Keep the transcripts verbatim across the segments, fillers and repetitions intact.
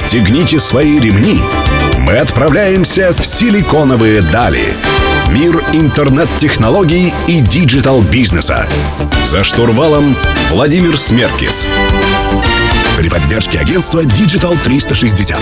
Пристегните свои ремни. Мы отправляемся в силиконовые дали. Мир интернет-технологий и диджитал-бизнеса. За штурвалом Владимир Смеркис. При поддержке агентства Digital триста шестьдесят.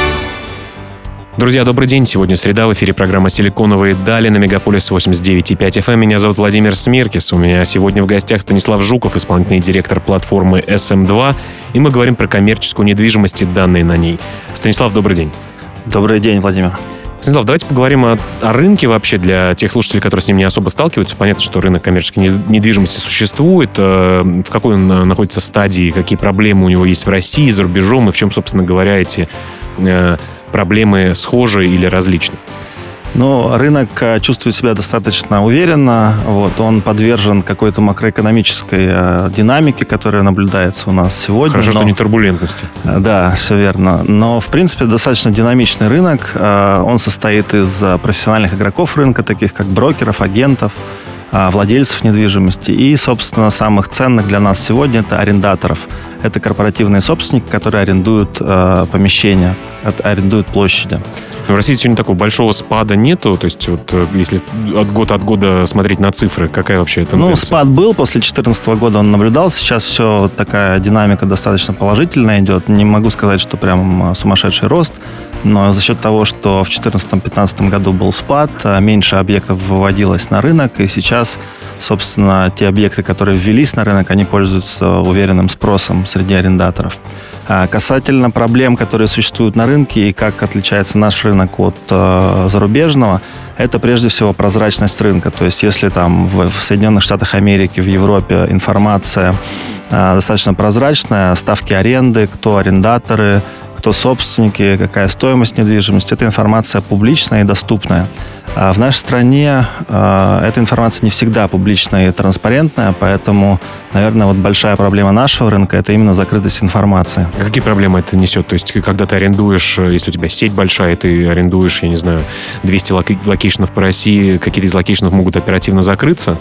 Друзья, добрый день. Сегодня среда. В эфире программа «Силиконовые дали» на Мегаполис восемьдесят девять и пять эф эм. Меня зовут Владимир Смеркис. У меня сегодня в гостях Станислав Жуков, исполнительный директор платформы эс эм два. И мы говорим про коммерческую недвижимость и данные на ней. Станислав, добрый день. Добрый день, Владимир. Станислав, давайте поговорим о, о рынке вообще для тех слушателей, которые с ним не особо сталкиваются. Понятно, что рынок коммерческой недвижимости существует. В какой он находится стадии, какие проблемы у него есть в России, за рубежом, и в чем, собственно говоря, эти проблемы схожи или различны? Ну, рынок чувствует себя достаточно уверенно. Вот, он подвержен какой-то макроэкономической э, динамике, которая наблюдается у нас сегодня. Хорошо, но... что не турбулентности. Да, все верно. Но, в принципе, достаточно динамичный рынок. Э, он состоит из профессиональных игроков рынка, таких как брокеров, агентов, э, владельцев недвижимости. И, собственно, самых ценных для нас сегодня это арендаторов. Это корпоративные собственники, которые арендуют э, помещения, арендуют площади. В России сегодня такого большого спада нету, то есть вот если от года от года смотреть на цифры, какая вообще тенденция? Ну, спад был, после две тысячи четырнадцатого года он наблюдался, сейчас все такая динамика достаточно положительная идет, не могу сказать, что прям сумасшедший рост, но за счет того, что в две тысячи четырнадцатом-пятнадцатом году был спад, меньше объектов выводилось на рынок, и сейчас, собственно, те объекты, которые ввелись на рынок, они пользуются уверенным спросом среди арендаторов. Касательно проблем, которые существуют на рынке и как отличается наш рынок от э, зарубежного, это прежде всего прозрачность рынка. То есть если там в, в Соединенных Штатах Америки, в Европе информация э, достаточно прозрачная, ставки аренды, кто арендаторы, кто собственники, какая стоимость недвижимости, эта информация публичная и доступная. А в нашей стране э, эта информация не всегда публичная и транспарентная, поэтому, наверное, вот большая проблема нашего рынка – это именно закрытость информации. А какие проблемы это несет? То есть, когда ты арендуешь, если у тебя сеть большая, ты арендуешь, я не знаю, двести локи- локейшенов по России, какие-то из локейшенов могут оперативно закрыться?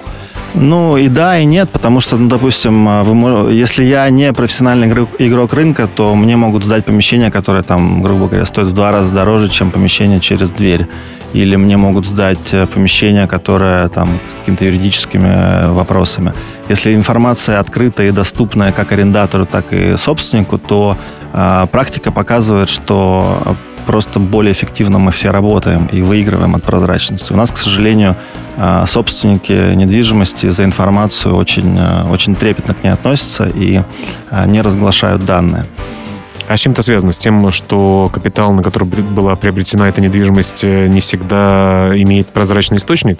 Ну и да, и нет, потому что, ну, допустим, вы, если я не профессиональный игрок, игрок рынка, то мне могут сдать помещение, которое там, грубо говоря, стоит в два раза дороже, чем помещение через дверь. Или мне могут сдать помещение, которое там с какими-то юридическими вопросами. Если информация открытая и доступная как арендатору, так и собственнику, то э, практика показывает, что просто более эффективно мы все работаем и выигрываем от прозрачности. У нас, к сожалению, собственники недвижимости за информацию очень, очень трепетно к ней относятся и не разглашают данные. А с чем это связано? С тем, что капитал, на который была приобретена эта недвижимость, не всегда имеет прозрачный источник?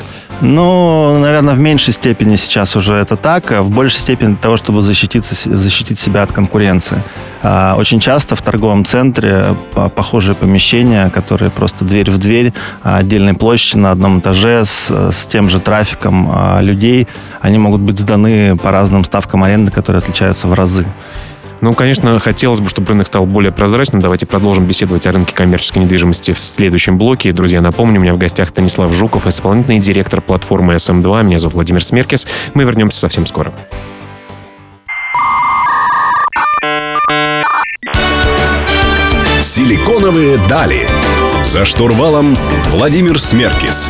Ну, наверное, в меньшей степени сейчас уже это так. В большей степени для того, чтобы защититься, защитить себя от конкуренции. Очень часто в торговом центре похожие помещения, которые просто дверь в дверь, отдельной площади на одном этаже с, с тем же трафиком людей, они могут быть сданы по разным ставкам аренды, которые отличаются в разы. Ну, конечно, хотелось бы, чтобы рынок стал более прозрачным. Давайте продолжим беседовать о рынке коммерческой недвижимости в следующем блоке. Друзья, напомню, у меня в гостях Станислав Жуков, исполнительный директор платформы эс эм два. Меня зовут Владимир Смеркис. Мы вернемся совсем скоро. Силиконовые дали. За штурвалом Владимир Смеркис.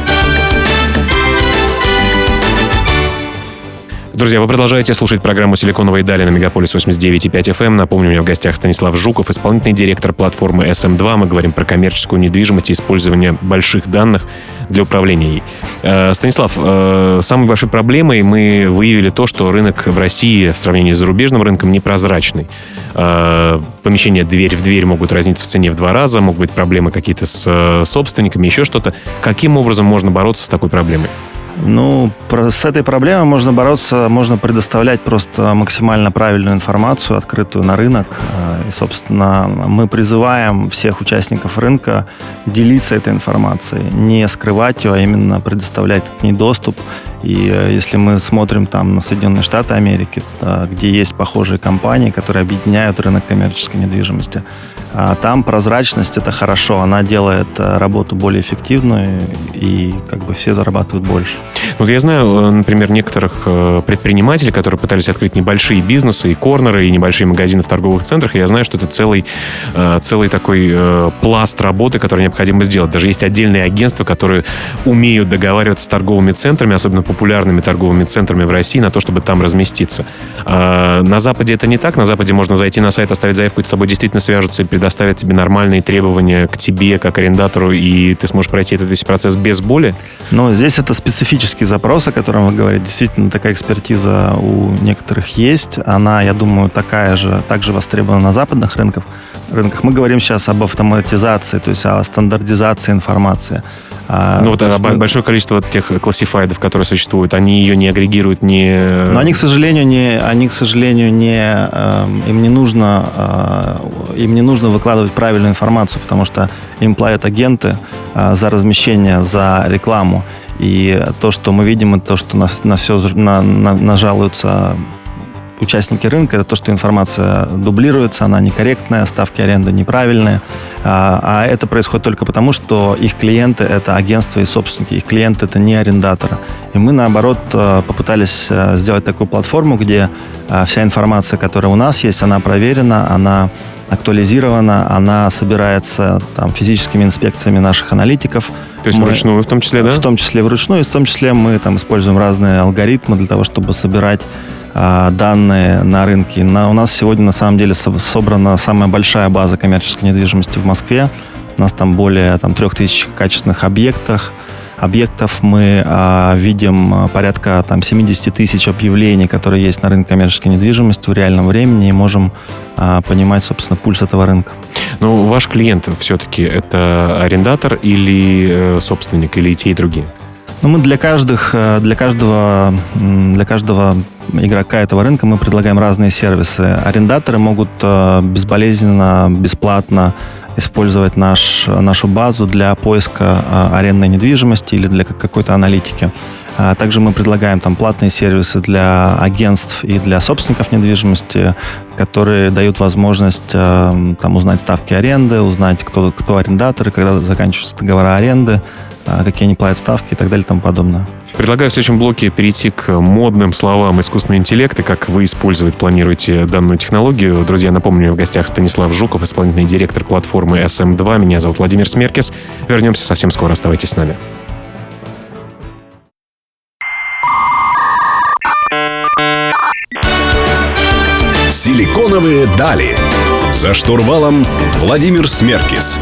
Друзья, вы продолжаете слушать программу «Силиконовые дали» на Мегаполис восемьдесят девять и пять эф эм. Напомню, у меня в гостях Станислав Жуков, исполнительный директор платформы эс эм два. Мы говорим про коммерческую недвижимость и использование больших данных для управления ей. Э, Станислав, э, самой большой проблемой мы выявили то, что рынок в России в сравнении с зарубежным рынком непрозрачный. Э, помещения дверь в дверь могут разниться в цене в два раза, могут быть проблемы какие-то с э, собственниками, еще что-то. Каким образом можно бороться с такой проблемой? Ну, с этой проблемой можно бороться, можно предоставлять просто максимально правильную информацию, открытую на рынок. И, собственно, мы призываем всех участников рынка делиться этой информацией, не скрывать ее, а именно предоставлять к ней доступ. И если мы смотрим там на Соединенные Штаты Америки, где есть похожие компании, которые объединяют рынок коммерческой недвижимости, там прозрачность — это хорошо, она делает работу более эффективной, и как бы все зарабатывают больше. Вот я знаю, например, некоторых предпринимателей, которые пытались открыть небольшие бизнесы, и корнеры, и небольшие магазины в торговых центрах, и я знаю, что это целый, целый такой пласт работы, который необходимо сделать. Даже есть отдельные агентства, которые умеют договариваться с торговыми центрами, особенно популярными торговыми центрами в России, на то, чтобы там разместиться. На Западе это не так. На Западе можно зайти на сайт, оставить заявку, и с тобой действительно свяжутся и предоставят тебе нормальные требования к тебе, как арендатору, и ты сможешь пройти этот весь процесс без боли? Ну, здесь это специфический запрос, о котором вы говорите. Действительно, такая экспертиза у некоторых есть. Она, я думаю, такая же, также востребована на западных рынках. рынках. Мы говорим сейчас об автоматизации, то есть о стандартизации информации. Ну, вот а мы... большое количество тех классифайдов, которые существуют, они ее не агрегируют, не... Но они, к сожалению, не, они, к сожалению, не, э, им не нужно, э, им не нужно выкладывать правильную информацию, потому что им платят агенты э, за размещение, за рекламу. И то, что мы видим, это то, что на, на все на, на, нажалуются участники рынка, это то, что информация дублируется, она некорректная, ставки аренды неправильные. А, а это происходит только потому, что их клиенты — это агентства и собственники, их клиенты — это не арендаторы. И мы, наоборот, попытались сделать такую платформу, где вся информация, которая у нас есть, она проверена, она актуализирована, она собирается там физическими инспекциями наших аналитиков. То есть мы, вручную в том числе, да? В том числе вручную, и в том числе мы там используем разные алгоритмы для того, чтобы собирать данные на рынке. На, у нас сегодня на самом деле собрана самая большая база коммерческой недвижимости в Москве. У нас там более там, трех тысяч качественных объектов. Объектов мы а, видим порядка там, семьдесят тысяч объявлений, которые есть на рынке коммерческой недвижимости в реальном времени, и можем а, понимать, собственно, пульс этого рынка. Но ваш клиент все-таки это арендатор или э, собственник, или и те, и другие? Ну, мы для каждых, для каждого, для каждого игрока этого рынка мы предлагаем разные сервисы. Арендаторы могут безболезненно, бесплатно использовать наш, нашу базу для поиска арендной недвижимости или для какой-то аналитики. Также мы предлагаем там платные сервисы для агентств и для собственников недвижимости, которые дают возможность там, узнать ставки аренды, узнать, кто, кто арендаторы, когда заканчиваются договора аренды, какие они платят ставки и так далее и тому подобное. Предлагаю в следующем блоке перейти к модным словам искусственный интеллект и как вы использовать планируете данную технологию. Друзья, напомню, в гостях Станислав Жуков, исполнительный директор платформы эс эм два. Меня зовут Владимир Смеркис. Вернемся совсем скоро. Оставайтесь с нами. Силиконовые дали. За штурвалом Владимир Смеркис.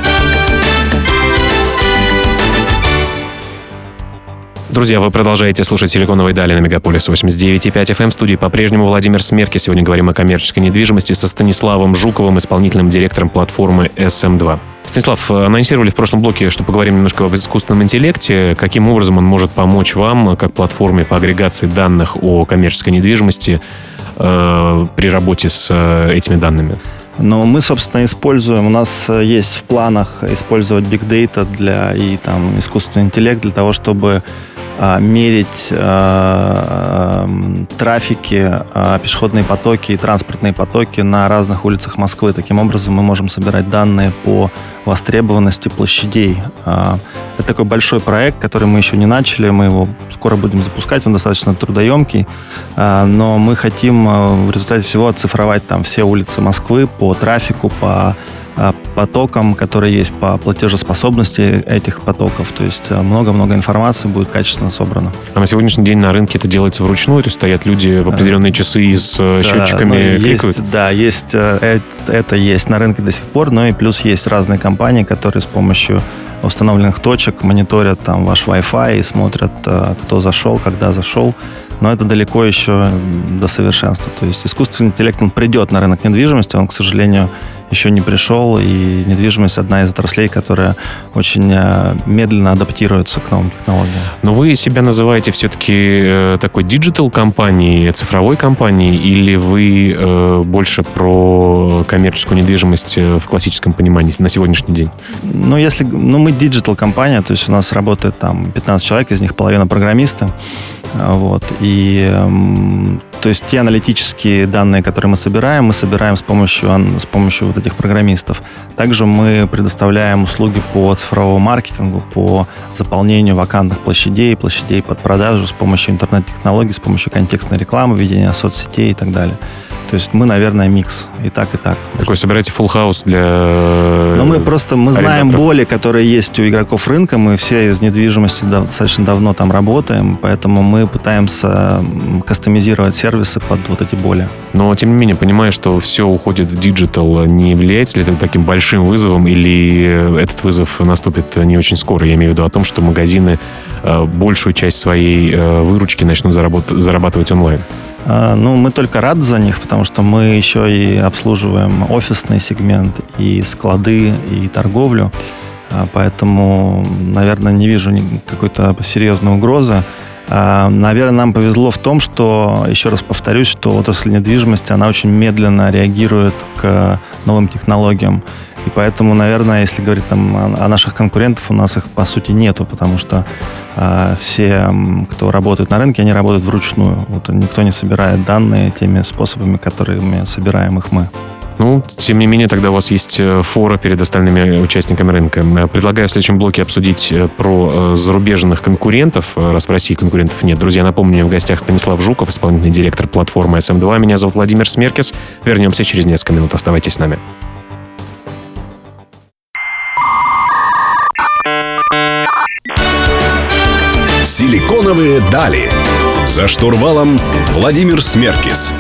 Друзья, вы продолжаете слушать «Силиконовые дали» на Мегаполис восемьдесят девять и пять эф эм. В студии по-прежнему Владимир Смеркис. Сегодня говорим о коммерческой недвижимости со Станиславом Жуковым, исполнительным директором платформы эс эм два. Станислав, анонсировали в прошлом блоке, что поговорим немножко об искусственном интеллекте. Каким образом он может помочь вам, как платформе по агрегации данных о коммерческой недвижимости, э, при работе с э, этими данными? Но мы, собственно, используем, у нас есть в планах использовать Big Data для, и там, искусственный интеллект для того, чтобы а, мерить а, а, трафики, а, пешеходные потоки и транспортные потоки на разных улицах Москвы. Таким образом, мы можем собирать данные по востребованности площадей. А, это такой большой проект, который мы еще не начали, мы его скоро будем запускать, он достаточно трудоемкий, а, но мы хотим в результате всего оцифровать там все улицы Москвы по трафику, по потокам, которые есть, по платежеспособности этих потоков. То есть много-много информации будет качественно собрано. А на сегодняшний день на рынке это делается вручную? То есть стоят люди в определенные часы с да, счетчиками, ну, кликают? Есть, да, есть, это, это есть на рынке до сих пор, но и плюс есть разные компании, которые с помощью установленных точек мониторят там ваш Wi-Fi и смотрят, кто зашел, когда зашел. Но это далеко еще до совершенства. То есть искусственный интеллект, он придет на рынок недвижимости, он, к сожалению, еще не пришел, и недвижимость одна из отраслей, которая очень медленно адаптируется к новым технологиям. Но вы себя называете все-таки такой диджитал-компанией, цифровой компанией, или вы э, больше про коммерческую недвижимость в классическом понимании на сегодняшний день? Ну, если, ну мы диджитал-компания, то есть у нас работает там пятнадцать человек, из них половина программисты. Вот. И то есть те аналитические данные, которые мы собираем, мы собираем с помощью, с помощью вот этих программистов. Также мы предоставляем услуги по цифровому маркетингу, по заполнению вакантных площадей, площадей под продажу с помощью интернет-технологий, с помощью контекстной рекламы, ведения соцсетей и так далее. То есть мы, наверное, микс и так, и так. Такой собираете full house для Но мы просто мы знаем боли, которые есть у игроков рынка. Мы все из недвижимости достаточно давно там работаем, поэтому мы пытаемся кастомизировать сервисы под вот эти боли. Но, тем не менее, понимаю, что все уходит в диджитал. Не является ли это таким большим вызовом, или этот вызов наступит не очень скоро? Я имею в виду о том, что магазины большую часть своей выручки начнут зарабатывать онлайн. Ну, мы только рады за них, потому что мы еще и обслуживаем офисный сегмент, и склады, и торговлю. Поэтому, наверное, не вижу какой-то серьезной угрозы. Наверное, нам повезло в том, что, еще раз повторюсь, что отрасль недвижимости, она очень медленно реагирует к новым технологиям. И поэтому, наверное, если говорить там о наших конкурентах, у нас их, по сути, нету, потому что э, все, кто работает на рынке, они работают вручную. Вот никто не собирает данные теми способами, которыми собираем их мы. Ну, тем не менее, тогда у вас есть фора перед остальными участниками рынка. Предлагаю в следующем блоке обсудить про зарубежных конкурентов, раз в России конкурентов нет. Друзья, напомню, в гостях Станислав Жуков, исполнительный директор платформы эс эм два. Меня зовут Владимир Смеркис. Вернемся через несколько минут. Оставайтесь с нами. Силиконовые дали. За штурвалом Владимир Смеркис.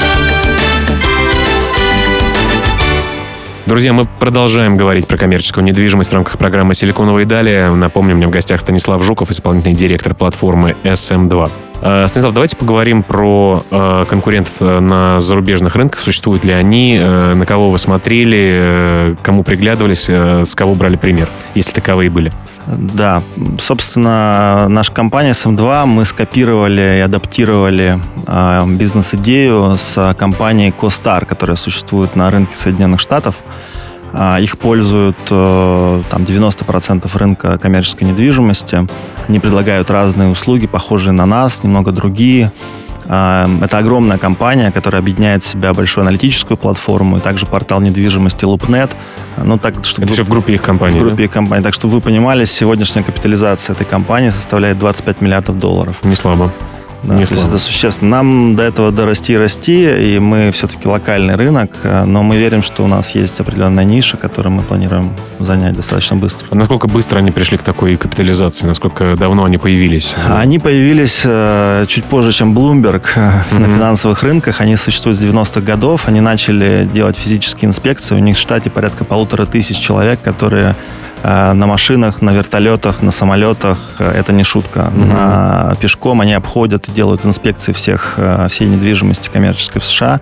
Друзья, мы продолжаем говорить про коммерческую недвижимость в рамках программы «Силиконовые дали». Напомню, у меня в гостях Станислав Жуков, исполнительный директор платформы эс эм два. Станислав, давайте поговорим про э, конкурентов на зарубежных рынках. Существуют ли они, э, на кого вы смотрели, э, кому приглядывались, э, с кого брали пример, если таковые были? Да, собственно, наша компания эс эм два, мы скопировали и адаптировали э, бизнес-идею с компанией CoStar, которая существует на рынке Соединенных Штатов. Их пользуют там, девяносто процентов рынка коммерческой недвижимости. Они предлагают разные услуги, похожие на нас, немного другие. Это огромная компания, которая объединяет в себя большую аналитическую платформу и также портал недвижимости LoopNet. Ну, так, чтобы Это вы... все в группе их компаний, В группе да? их компаний. Так, чтобы вы понимали, сегодняшняя капитализация этой компании составляет двадцать пять миллиардов долларов. Не слабо. Да, то есть это существенно. Нам до этого дорасти и расти, и мы все-таки локальный рынок, но мы верим, что у нас есть определенная ниша, которую мы планируем занять достаточно быстро. А насколько быстро они пришли к такой капитализации? Насколько давно они появились? Они появились э, чуть позже, чем Bloomberg mm-hmm. на финансовых рынках. Они существуют с девяностых годов. Они начали делать физические инспекции. У них в штате порядка полутора тысяч человек, которые э, на машинах, на вертолетах, на самолетах. Это не шутка. Mm-hmm. На, пешком они обходят делают инспекции всех, всей недвижимости коммерческой в США.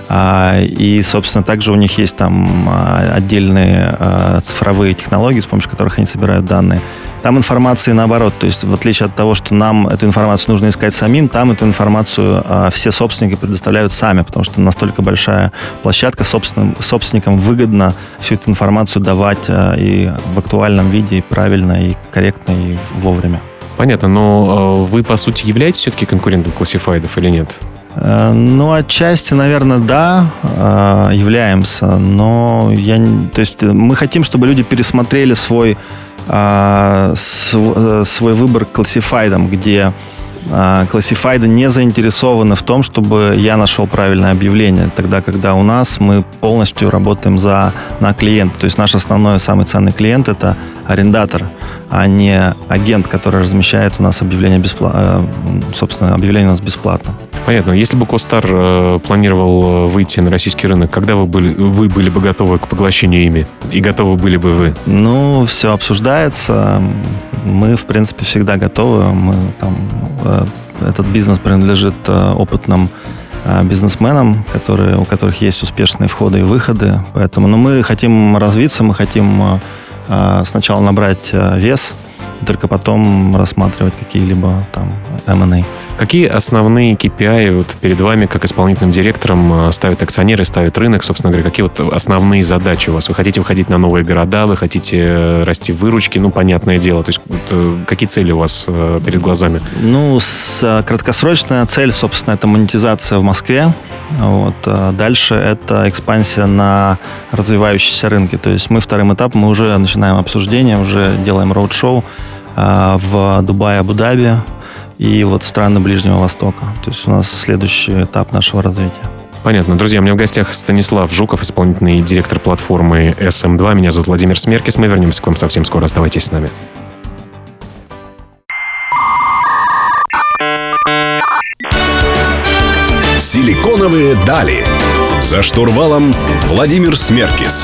И, собственно, также у них есть там отдельные цифровые технологии, с помощью которых они собирают данные. Там информации наоборот. То есть, в отличие от того, что нам эту информацию нужно искать самим, там эту информацию все собственники предоставляют сами, потому что настолько большая площадка, собственным, собственникам выгодно всю эту информацию давать и в актуальном виде, и правильно, и корректно, и вовремя. Понятно, но вы, по сути, являетесь все-таки конкурентом классифайдов или нет? Ну, отчасти, наверное, да, являемся, но я, то есть мы хотим, чтобы люди пересмотрели свой, свой выбор к классифайдам, где классифайды не заинтересованы в том, чтобы я нашел правильное объявление, тогда, когда у нас мы полностью работаем за, на клиента. То есть наш основной, самый ценный клиент – это арендатор, а не агент, который размещает у нас объявление бесплатно, собственно, объявление у нас бесплатно. Понятно. Если бы CoStar э, планировал выйти на российский рынок, когда вы были, вы были бы готовы к поглощению ими? И готовы были бы вы? Ну, все обсуждается. Мы, в принципе, всегда готовы. Мы, там, э, этот бизнес принадлежит э, опытным э, бизнесменам, которые, у которых есть успешные входы и выходы. Поэтому ну, мы хотим развиться, мы хотим э, сначала набрать э, вес, и только потом рассматривать какие-либо там эм энд эй. Какие основные кей пи ай вот перед вами, как исполнительным директором, ставят акционеры, ставит рынок, собственно говоря, какие вот основные задачи у вас? Вы хотите выходить на новые города, вы хотите расти в выручке, ну, понятное дело, то есть вот, какие цели у вас перед глазами? Ну, с, краткосрочная цель, собственно, это монетизация в Москве. Вот. Дальше это экспансия на развивающиеся рынки. То есть мы вторым этапом, мы уже начинаем обсуждение, уже делаем роуд-шоу в Дубае, Абу-Даби и вот страны Ближнего Востока. То есть у нас следующий этап нашего развития. Понятно. Друзья, у меня в гостях Станислав Жуков, исполнительный директор платформы эс эм два. Меня зовут Владимир Смеркис. Мы вернемся к вам совсем скоро. Оставайтесь с нами. Силиконовые дали. За штурвалом Владимир Смеркис.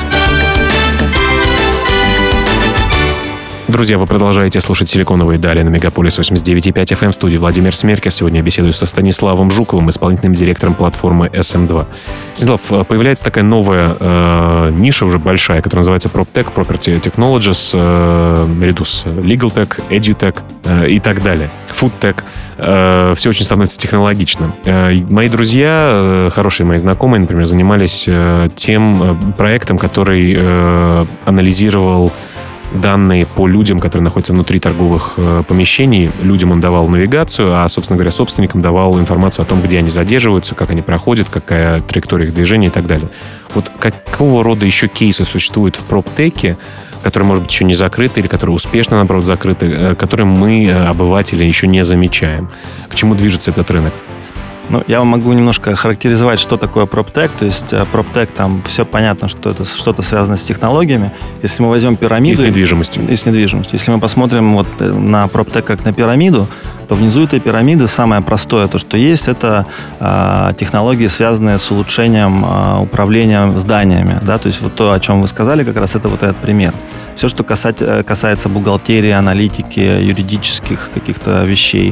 Друзья, вы продолжаете слушать «Силиконовые дали» на Мегаполис восемьдесят девять и пять эф эм. В студии Владимир Смеркис. Сегодня я беседую со Станиславом Жуковым, исполнительным директором платформы эс эм два. Станислав, появляется такая новая э, ниша, уже большая, которая называется PropTech, Property Technologies, э, наряду с Legal Tech, EduTech э, и так далее. FoodTech. Э, все очень становится технологичным. Э, мои друзья, э, хорошие мои знакомые, например, занимались э, тем э, проектом, который э, анализировал данные по людям, которые находятся внутри торговых э, помещений. Людям он давал навигацию, а, собственно говоря, собственникам давал информацию о том, где они задерживаются, как они проходят, какая траектория их движения и так далее. Вот какого рода еще кейсы существуют в проптеке, которые, может быть, еще не закрыты или которые успешно, наоборот, закрыты, э, которые мы, обыватели, еще не замечаем? К чему движется этот рынок? Ну, я вам могу немножко характеризовать, что такое PropTech. То есть PropTech, там все понятно, что это что-то связано с технологиями. Если мы возьм пирамиду... И с недвижимостью. И с недвижимостью. Если мы посмотрим вот на PropTech как на пирамиду, то внизу этой пирамиды самое простое, то, что есть, это э, технологии, связанные с улучшением э, управления зданиями. Да? То есть вот то, о чем вы сказали, как раз это вот этот пример. Все, что касать, касается бухгалтерии, аналитики, юридических каких-то вещей,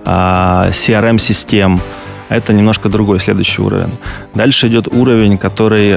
э, си ар эм-систем, это немножко другой, следующий уровень. Дальше идет уровень, который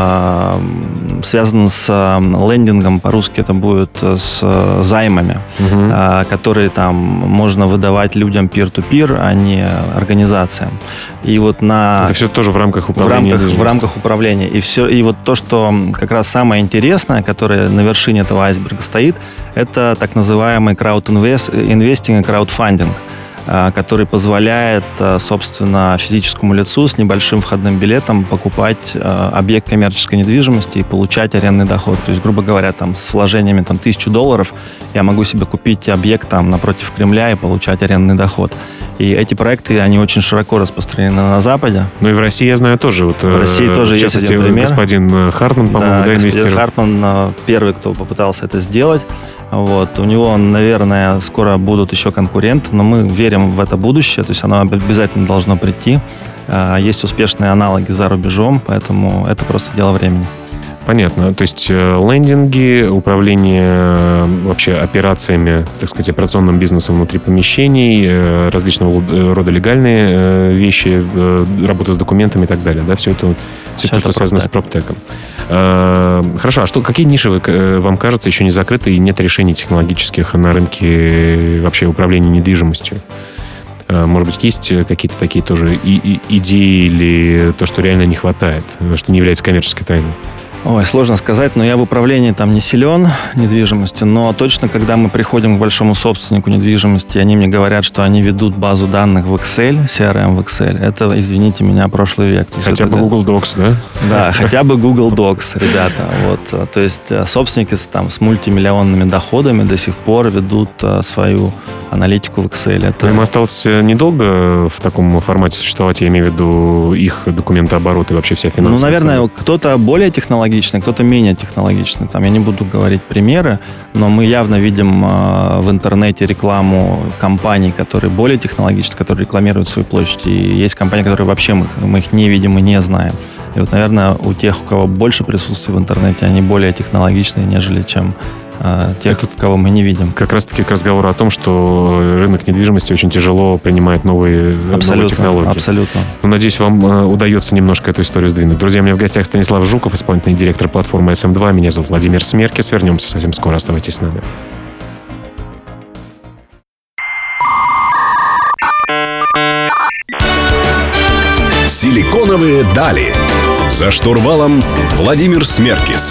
э, связан с э, лендингом, по-русски это будет с э, займами, угу. э, которые там можно выдавать людям peer-to-peer, а не организациям. И вот на... Это все тоже в рамках управления. В рамках, в рамках управления. И, все, и вот то, что как раз самое интересное, которое на вершине этого айсберга стоит, это так называемый краудинвестинг и краудфандинг, который позволяет, собственно, физическому лицу с небольшим входным билетом покупать объект коммерческой недвижимости и получать арендный доход. То есть, грубо говоря, там, с вложениями там, тысячу долларов я могу себе купить объект там, напротив Кремля и получать арендный доход. И эти проекты, они очень широко распространены на Западе. Ну и в России, я знаю, тоже. Вот, в России тоже в частности, есть один пример. Господин Хартман, по-моему, да, да инвестировал. Господин Хартман первый, кто попытался это сделать. Вот. У него, наверное, скоро будут еще конкуренты, но мы верим в это будущее, то есть оно обязательно должно прийти. Есть успешные аналоги за рубежом, поэтому это просто дело времени. Понятно. То есть лендинги, управление вообще операциями, так сказать, операционным бизнесом внутри помещений, различного рода легальные вещи, работа с документами и так далее. Да, все это, все это что связано с проптеком. Хорошо, а что, какие ниши, вам кажется, еще не закрыты и нет решений технологических на рынке вообще управления недвижимостью? Может быть, есть какие-то такие тоже и, и, идеи или то, что реально не хватает, что не является коммерческой тайной? Ой, сложно сказать, но я в управлении там не силен недвижимости, но точно, когда мы приходим к большому собственнику недвижимости, они мне говорят, что они ведут базу данных в Excel, си ар эм в Excel, это, извините меня, прошлый век. Хотя бы Google Docs, да? Да, хотя бы Google Docs, ребята. Вот, то есть собственники с, там, с мультимиллионными доходами до сих пор ведут свою аналитику в Excel. Это... Им осталось недолго в таком формате существовать, я имею в виду их документооборот и вообще вся финансовая. Ну, наверное, кто-то более технологичный, кто-то менее технологичный. Там я не буду говорить примеры, но мы явно видим э, в интернете рекламу компаний, которые более технологичны, которые рекламируют свою площадь. И есть компании, которые вообще мы, мы их не видим и не знаем. И вот, наверное, у тех, у кого больше присутствия в интернете, они более технологичные, нежели чем тех, это, кого мы не видим. Как раз-таки к разговору о том, что рынок недвижимости очень тяжело принимает новые, новые технологии. Абсолютно. Ну, надеюсь, вам удается немножко эту историю сдвинуть. Друзья, у меня в гостях Станислав Жуков, исполнительный директор платформы эс эм два. Меня зовут Владимир Смеркис. Вернемся совсем скоро. Оставайтесь с нами. Силиконовые дали. За штурвалом Владимир Смеркис.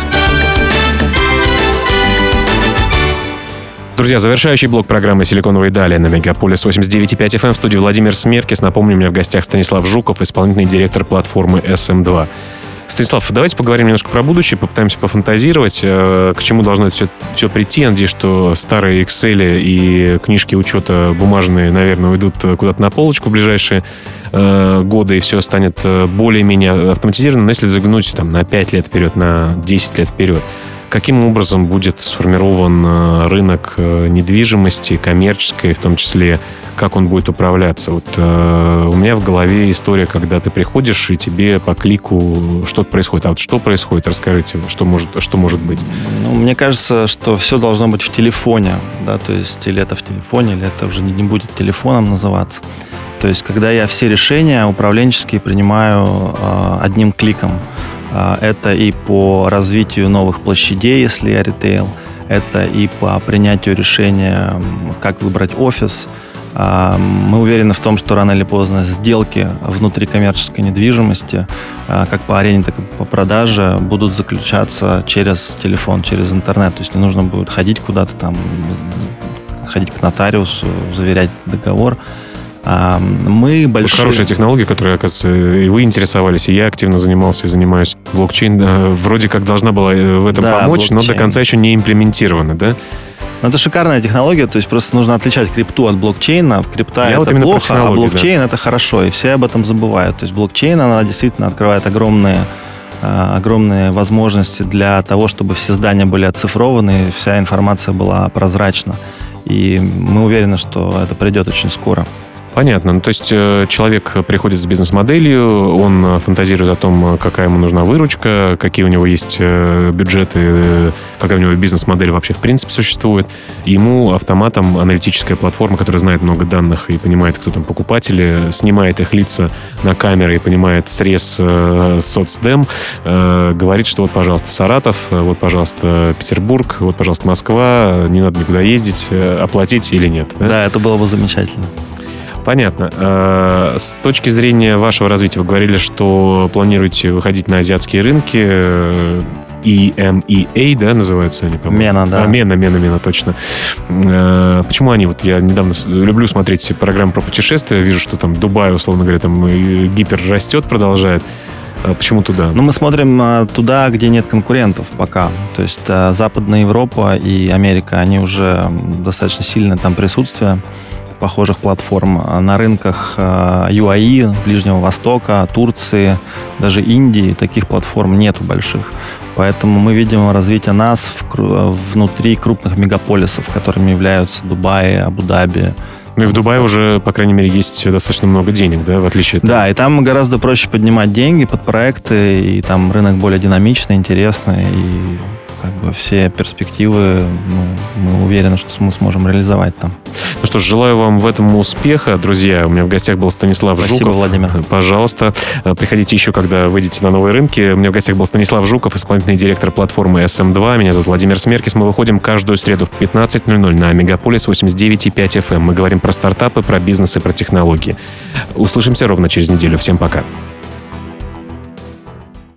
Друзья, завершающий блок программы «Силиконовые дали» на Мегаполис восемьдесят девять и пять эф эм. В студии Владимир Смеркис. Напомню, у меня в гостях Станислав Жуков, исполнительный директор платформы эс эм два. Станислав, давайте поговорим немножко про будущее, попытаемся пофантазировать, к чему должно это все, все прийти. Я надеюсь, что старые Excel и книжки учета бумажные, наверное, уйдут куда-то на полочку в ближайшие э, годы, и все станет более-менее автоматизировано. Но если заглянуть там, на пять лет вперед, на десять лет вперед, каким образом будет сформирован рынок недвижимости, коммерческой, в том числе, как он будет управляться? Вот э, у меня в голове история, когда ты приходишь, и тебе по клику что-то происходит. А вот что происходит? Расскажите, что может, что может быть? Ну, мне кажется, что все должно быть в телефоне, да, то есть или это в телефоне, или это уже не, не будет телефоном называться. То есть, когда я все решения управленческие принимаю э, одним кликом. Это и по развитию новых площадей, если я ритейл, это и по принятию решения, как выбрать офис. Мы уверены в том, что рано или поздно сделки внутри коммерческой недвижимости, как по арене, так и по продаже, будут заключаться через телефон, через интернет. То есть не нужно будет ходить куда-то там, ходить к нотариусу, заверять договор. Мы большие... Хорошая технология, которой, оказывается, и вы интересовались, и я активно занимался и занимаюсь. Блокчейн вроде как должна была в этом да, помочь, блокчейн. Но до конца еще не имплементирована, да? Ну, это шикарная технология, то есть просто нужно отличать крипту от блокчейна. Крипта я это вот плохо, а блокчейн да. это хорошо, и все об этом забывают. То есть блокчейн, она действительно открывает огромные, огромные возможности для того, чтобы все здания были оцифрованы, и вся информация была прозрачна. И мы уверены, что это придет очень скоро. Понятно. Ну, то есть человек приходит с бизнес-моделью, он фантазирует о том, какая ему нужна выручка, какие у него есть бюджеты, какая у него бизнес-модель вообще в принципе существует. Ему автоматом аналитическая платформа, которая знает много данных и понимает, кто там покупатели, снимает их лица на камеры и понимает срез э, соцдем, э, говорит, что вот, пожалуйста, Саратов, вот, пожалуйста, Петербург, вот, пожалуйста, Москва, не надо никуда ездить, оплатить или нет. Да, да это было бы замечательно. Понятно. С точки зрения вашего развития, вы говорили, что планируете выходить на азиатские рынки. и эм и эй, да, называются они, по-моему? Мена, да. А, Мена, Мена, Мена, точно. Почему они? Вот я недавно люблю смотреть программы про путешествия, вижу, что там Дубай, условно говоря, там гипер растет, продолжает. Почему туда? Ну, мы смотрим туда, где нет конкурентов пока. То есть Западная Европа и Америка, они уже достаточно сильно там присутствие похожих платформ на рынках ю эй и, Ближнего Востока, Турции, даже Индии. Таких платформ нету больших. Поэтому мы видим развитие нас в, внутри крупных мегаполисов, которыми являются Дубай, Абу-Даби. Ну и в Дубае уже, по крайней мере, есть достаточно много денег, да, в отличие от... Да, и там гораздо проще поднимать деньги под проекты, и там рынок более динамичный, интересный, и как бы все перспективы, ну, мы уверены, что мы сможем реализовать там. Ну что ж, желаю вам в этом успеха, друзья. У меня в гостях был Станислав Спасибо, Жуков. Владимир. Пожалуйста, приходите еще, когда выйдете на новые рынки. У меня в гостях был Станислав Жуков, исполнительный директор платформы эс эм два. Меня зовут Владимир Смеркис. Мы выходим каждую среду в пятнадцать ноль ноль на Мегаполис восемьдесят девять и пять эф эм. Мы говорим про стартапы, про бизнес и про технологии. Услышимся ровно через неделю. Всем пока.